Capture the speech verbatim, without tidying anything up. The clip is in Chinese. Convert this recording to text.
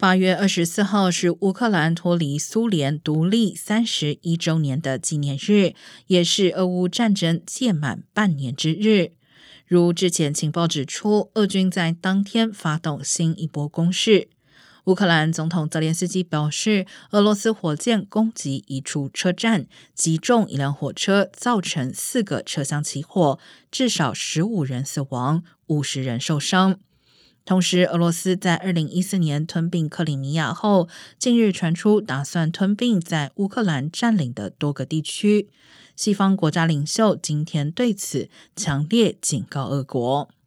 八月二十四号是乌克兰脱离苏联独立三十一周年的纪念日，也是俄乌战争届满半年之日。如之前情报指出，俄军在当天发动新一波攻势。乌克兰总统泽连斯基表示，俄罗斯火箭攻击一处车站，击中一辆火车，造成四个车厢起火，至少十五人死亡，五十人受伤。同时，俄罗斯在二零一四年吞并克里米亚后，近日传出打算吞并在乌克兰占领的多个地区。西方国家领袖今天对此强烈警告俄国。